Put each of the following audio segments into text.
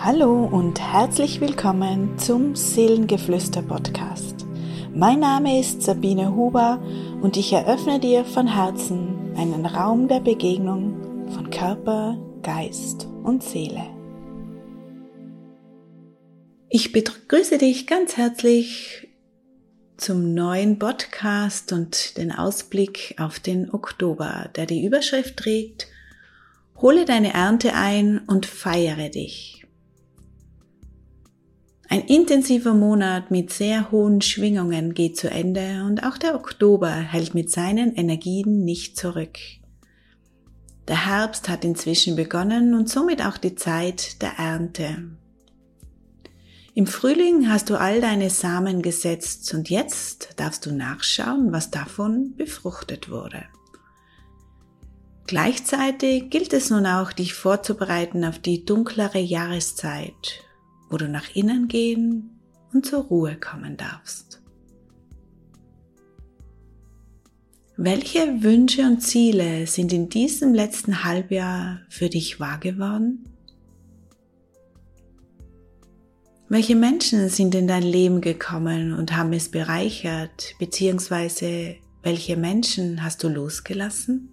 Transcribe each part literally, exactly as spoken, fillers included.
Hallo und herzlich willkommen zum Seelengeflüster-Podcast. Mein Name ist Sabine Huber und ich eröffne dir von Herzen einen Raum der Begegnung von Körper, Geist und Seele. Ich begrüße dich ganz herzlich zum neuen Podcast und den Ausblick auf den Oktober, der die Überschrift trägt: Hole deine Ernte ein und feiere dich. Ein intensiver Monat mit sehr hohen Schwingungen geht zu Ende und auch der Oktober hält mit seinen Energien nicht zurück. Der Herbst hat inzwischen begonnen und somit auch die Zeit der Ernte. Im Frühling hast du all deine Samen gesetzt und jetzt darfst du nachschauen, was davon befruchtet wurde. Gleichzeitig gilt es nun auch, dich vorzubereiten auf die dunklere Jahreszeit, wo du nach innen gehen und zur Ruhe kommen darfst. Welche Wünsche und Ziele sind in diesem letzten Halbjahr für dich wahr geworden? Welche Menschen sind in dein Leben gekommen und haben es bereichert, beziehungsweise welche Menschen hast du losgelassen?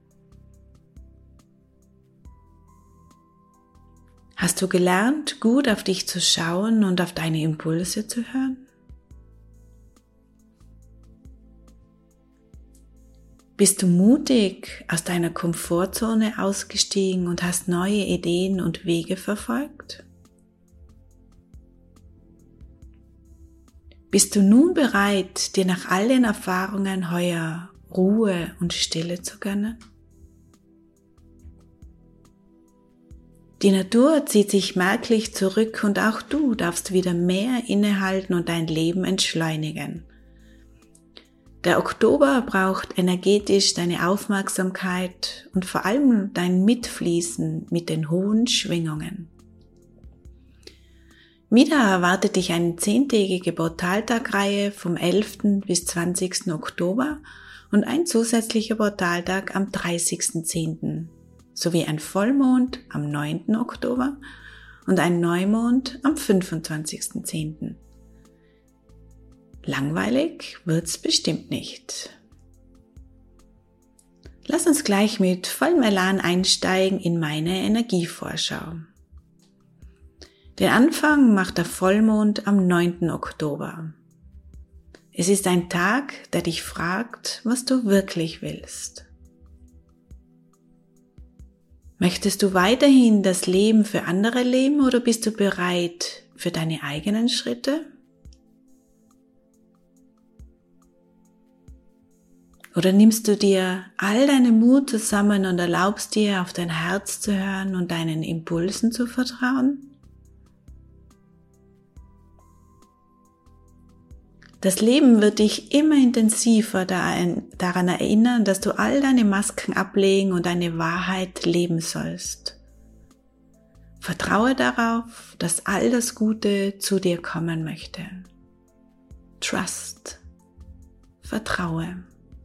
Hast du gelernt, gut auf dich zu schauen und auf deine Impulse zu hören? Bist du mutig aus deiner Komfortzone ausgestiegen und hast neue Ideen und Wege verfolgt? Bist du nun bereit, dir nach all den Erfahrungen heuer Ruhe und Stille zu gönnen? Die Natur zieht sich merklich zurück und auch du darfst wieder mehr innehalten und dein Leben entschleunigen. Der Oktober braucht energetisch deine Aufmerksamkeit und vor allem dein Mitfließen mit den hohen Schwingungen. Wieder erwartet dich eine zehntägige Portaltagreihe vom elften bis zwanzigsten Oktober und ein zusätzlicher Portaltag am dreißigsten zehnten sowie ein Vollmond am neunten Oktober und ein Neumond am fünfundzwanzigsten zehnten Langweilig wird's bestimmt nicht. Lass uns gleich mit vollem Elan einsteigen in meine Energievorschau. Den Anfang macht der Vollmond am neunten Oktober. Es ist ein Tag, der dich fragt, was du wirklich willst. Möchtest du weiterhin das Leben für andere leben oder bist du bereit für deine eigenen Schritte? Oder nimmst du dir all deinen Mut zusammen und erlaubst dir, auf dein Herz zu hören und deinen Impulsen zu vertrauen? Das Leben wird dich immer intensiver daran erinnern, dass du all deine Masken ablegen und deine Wahrheit leben sollst. Vertraue darauf, dass all das Gute zu dir kommen möchte. Trust. Vertraue.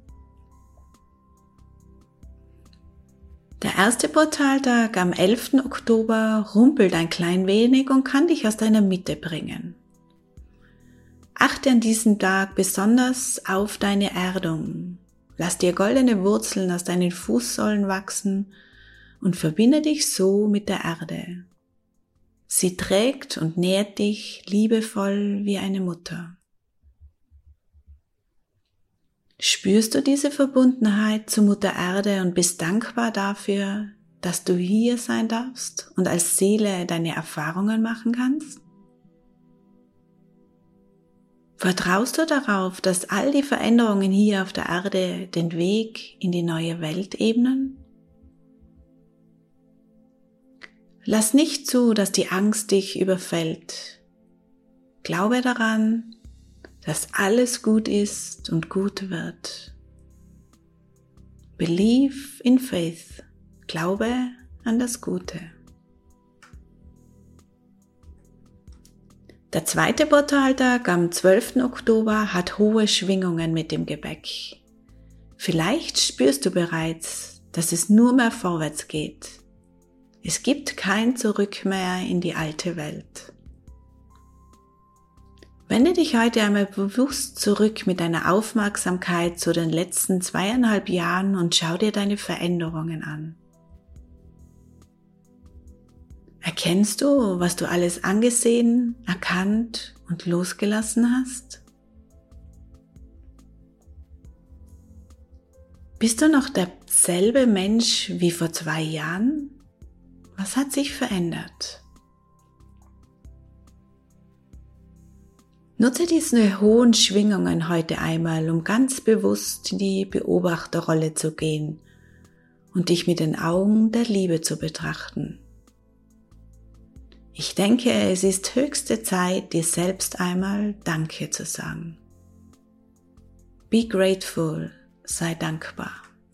Der erste Portaltag am elften Oktober rumpelt ein klein wenig und kann dich aus deiner Mitte bringen. Achte an diesem Tag besonders auf deine Erdung. Lass dir goldene Wurzeln aus deinen Fußsohlen wachsen und verbinde dich so mit der Erde. Sie trägt und nährt dich liebevoll wie eine Mutter. Spürst du diese Verbundenheit zu Mutter Erde und bist dankbar dafür, dass du hier sein darfst und als Seele deine Erfahrungen machen kannst? Vertraust du darauf, dass all die Veränderungen hier auf der Erde den Weg in die neue Welt ebnen? Lass nicht zu, dass die Angst dich überfällt. Glaube daran, dass alles gut ist und gut wird. Believe in faith. Glaube an das Gute. Der zweite Portaltag am zwölften Oktober hat hohe Schwingungen mit dem Gepäck. Vielleicht spürst du bereits, dass es nur mehr vorwärts geht. Es gibt kein Zurück mehr in die alte Welt. Wende dich heute einmal bewusst zurück mit deiner Aufmerksamkeit zu den letzten zweieinhalb Jahren und schau dir deine Veränderungen an. Erkennst du, was du alles angesehen, erkannt und losgelassen hast? Bist du noch derselbe Mensch wie vor zwei Jahren? Was hat sich verändert? Nutze diese hohen Schwingungen heute einmal, um ganz bewusst in die Beobachterrolle zu gehen und dich mit den Augen der Liebe zu betrachten. Ich denke, es ist höchste Zeit, dir selbst einmal Danke zu sagen. Be grateful, sei dankbar.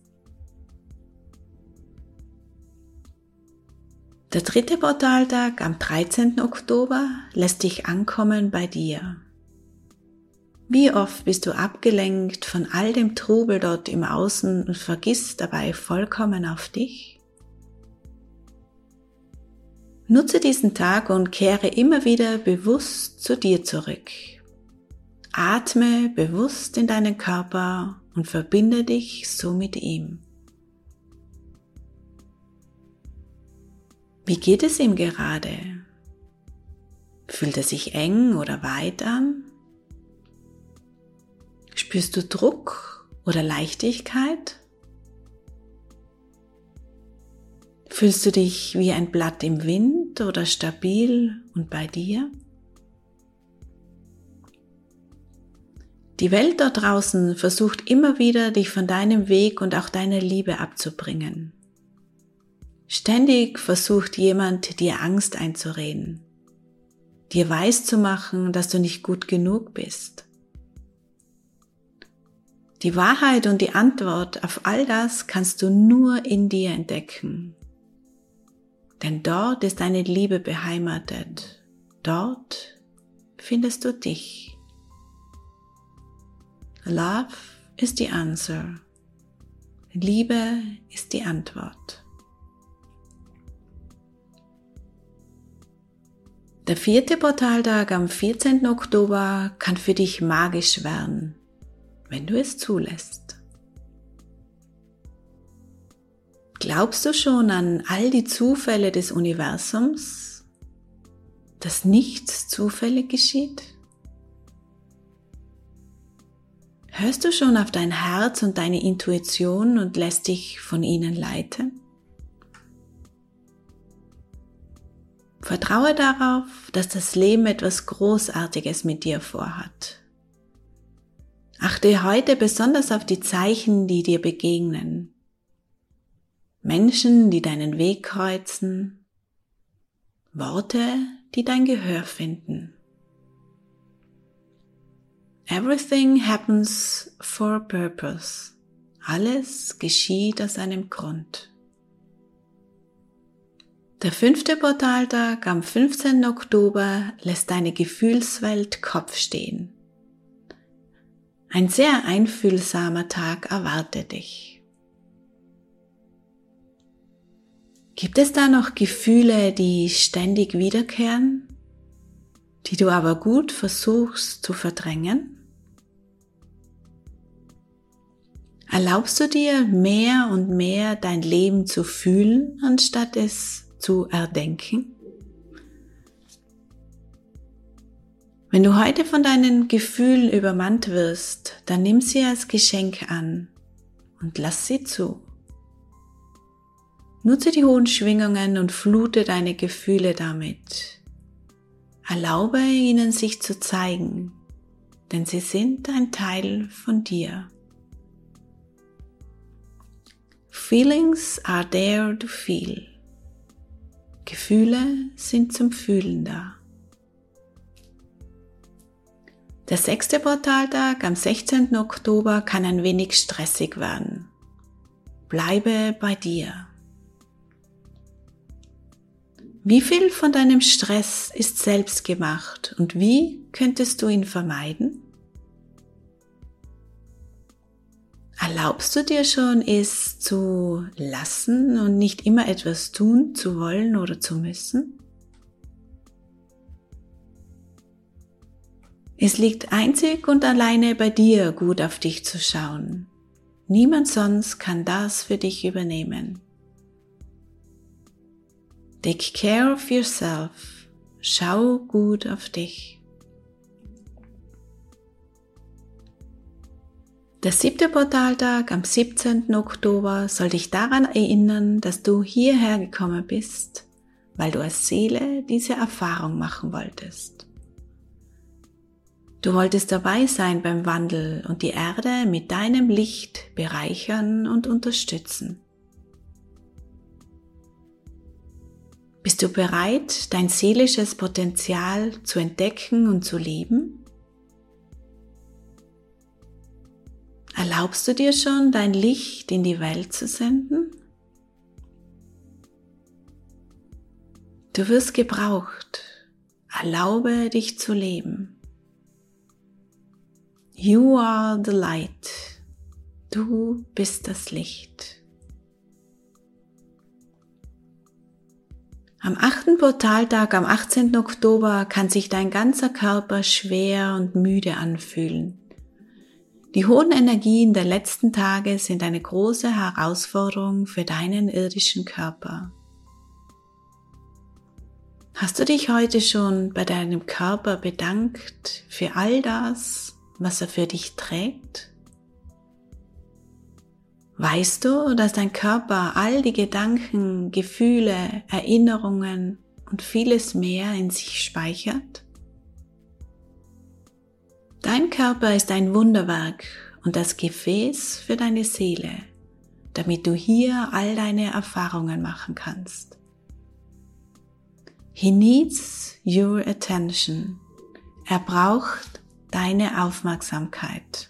Der dritte Portaltag am dreizehnten Oktober lässt dich ankommen bei dir. Wie oft bist du abgelenkt von all dem Trubel dort im Außen und vergisst dabei vollkommen auf dich? Nutze diesen Tag und kehre immer wieder bewusst zu dir zurück. Atme bewusst in deinen Körper und verbinde dich so mit ihm. Wie geht es ihm gerade? Fühlt er sich eng oder weit an? Spürst du Druck oder Leichtigkeit? Fühlst du dich wie ein Blatt im Wind oder stabil und bei dir? Die Welt dort draußen versucht immer wieder, dich von deinem Weg und auch deiner Liebe abzubringen. Ständig versucht jemand, dir Angst einzureden, dir weiszumachen, dass du nicht gut genug bist. Die Wahrheit und die Antwort auf all das kannst du nur in dir entdecken. Denn dort ist deine Liebe beheimatet. Dort findest du dich. Love is the answer. Liebe ist die Antwort. Der vierte Portaltag am vierzehnten Oktober kann für dich magisch werden, wenn du es zulässt. Glaubst du schon an all die Zufälle des Universums, dass nichts zufällig geschieht? Hörst du schon auf dein Herz und deine Intuition und lässt dich von ihnen leiten? Vertraue darauf, dass das Leben etwas Großartiges mit dir vorhat. Achte heute besonders auf die Zeichen, die dir begegnen. Menschen, die deinen Weg kreuzen. Worte, die dein Gehör finden. Everything happens for a purpose. Alles geschieht aus einem Grund. Der fünfte Portaltag am fünfzehnten Oktober lässt deine Gefühlswelt Kopf stehen. Ein sehr einfühlsamer Tag erwartet dich. Gibt es da noch Gefühle, die ständig wiederkehren, die du aber gut versuchst zu verdrängen? Erlaubst du dir mehr und mehr dein Leben zu fühlen, anstatt es zu erdenken? Wenn du heute von deinen Gefühlen übermannt wirst, dann nimm sie als Geschenk an und lass sie zu. Nutze die hohen Schwingungen und flute deine Gefühle damit. Erlaube ihnen sich zu zeigen, denn sie sind ein Teil von dir. Feelings are there to feel. Gefühle sind zum Fühlen da. Der sechste Portaltag am sechzehnten Oktober kann ein wenig stressig werden. Bleibe bei dir. Wie viel von deinem Stress ist selbst gemacht und wie könntest du ihn vermeiden? Erlaubst du dir schon, es zu lassen und nicht immer etwas tun zu wollen oder zu müssen? Es liegt einzig und alleine bei dir, gut auf dich zu schauen. Niemand sonst kann das für dich übernehmen. Take care of yourself. Schau gut auf dich. Der siebte Portaltag am siebzehnten Oktober soll dich daran erinnern, dass du hierher gekommen bist, weil du als Seele diese Erfahrung machen wolltest. Du wolltest dabei sein beim Wandel und die Erde mit deinem Licht bereichern und unterstützen. Bist du bereit, dein seelisches Potenzial zu entdecken und zu leben? Erlaubst du dir schon, dein Licht in die Welt zu senden? Du wirst gebraucht. Erlaube dich zu leben. You are the light. Du bist das Licht. Am achten Portaltag, am achtzehnten Oktober, kann sich dein ganzer Körper schwer und müde anfühlen. Die hohen Energien der letzten Tage sind eine große Herausforderung für deinen irdischen Körper. Hast du dich heute schon bei deinem Körper bedankt für all das, was er für dich trägt? Weißt du, dass dein Körper all die Gedanken, Gefühle, Erinnerungen und vieles mehr in sich speichert? Dein Körper ist ein Wunderwerk und das Gefäß für deine Seele, damit du hier all deine Erfahrungen machen kannst. He needs your attention. Er braucht deine Aufmerksamkeit.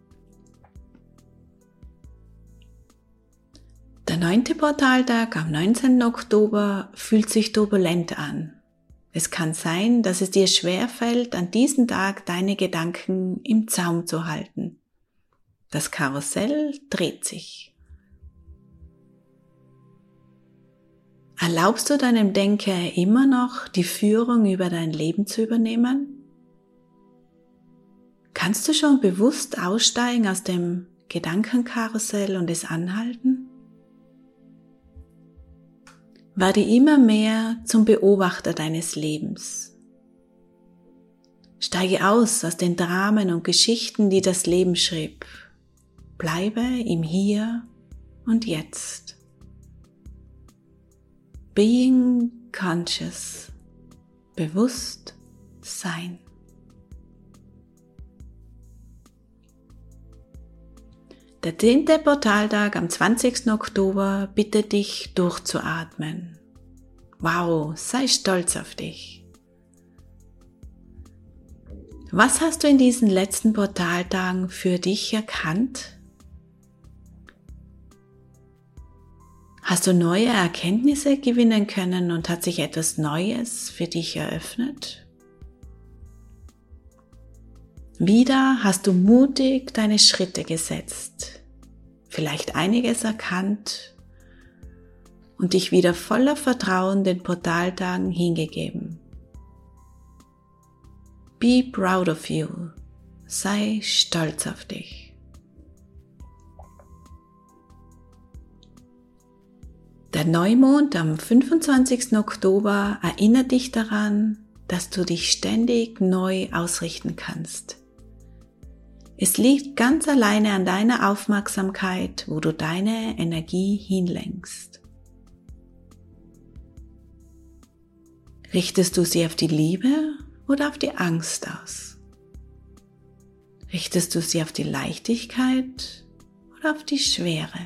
Der neunte Portaltag am neunzehnten Oktober fühlt sich turbulent an. Es kann sein, dass es dir schwerfällt, an diesem Tag deine Gedanken im Zaum zu halten. Das Karussell dreht sich. Erlaubst du deinem Denker immer noch, die Führung über dein Leben zu übernehmen? Kannst du schon bewusst aussteigen aus dem Gedankenkarussell und es anhalten? Werde immer mehr zum Beobachter deines Lebens. Steige aus aus den Dramen und Geschichten, die das Leben schrieb. Bleibe im Hier und Jetzt. Being conscious. Bewusst sein. Der zehnte Portaltag am zwanzigsten Oktober bittet dich, durchzuatmen. Wow, sei stolz auf dich. Was hast du in diesen letzten Portaltagen für dich erkannt? Hast du neue Erkenntnisse gewinnen können und hat sich etwas Neues für dich eröffnet? Wieder hast du mutig deine Schritte gesetzt, vielleicht einiges erkannt und dich wieder voller Vertrauen den Portaltagen hingegeben. Be proud of you. Sei stolz auf dich. Der Neumond am fünfundzwanzigsten Oktober erinnert dich daran, dass du dich ständig neu ausrichten kannst. Es liegt ganz alleine an deiner Aufmerksamkeit, wo du deine Energie hinlenkst. Richtest du sie auf die Liebe oder auf die Angst aus? Richtest du sie auf die Leichtigkeit oder auf die Schwere?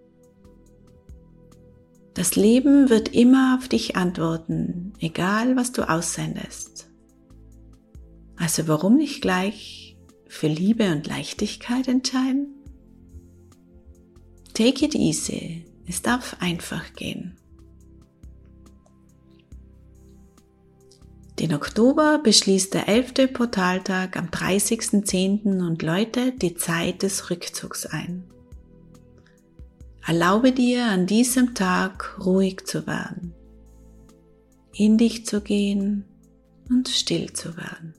Das Leben wird immer auf dich antworten, egal was du aussendest. Also warum nicht gleich für Liebe und Leichtigkeit entscheiden? Take it easy. Es darf einfach gehen. Den Oktober beschließt der elfte Portaltag am dreißigsten zehnten und läutet die Zeit des Rückzugs ein. Erlaube dir an diesem Tag ruhig zu werden, in dich zu gehen und still zu werden.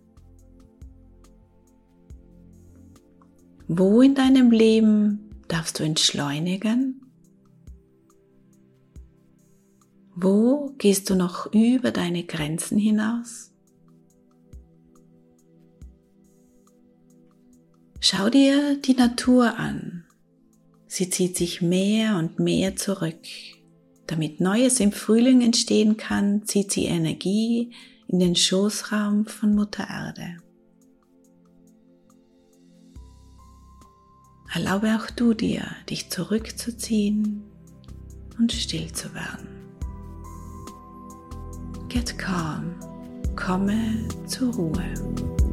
Wo in deinem Leben darfst du entschleunigen? Wo gehst du noch über deine Grenzen hinaus? Schau dir die Natur an. Sie zieht sich mehr und mehr zurück. Damit Neues im Frühling entstehen kann, zieht sie Energie in den Schoßraum von Mutter Erde. Erlaube auch du dir, dich zurückzuziehen und still zu werden. Get calm, komme zur Ruhe.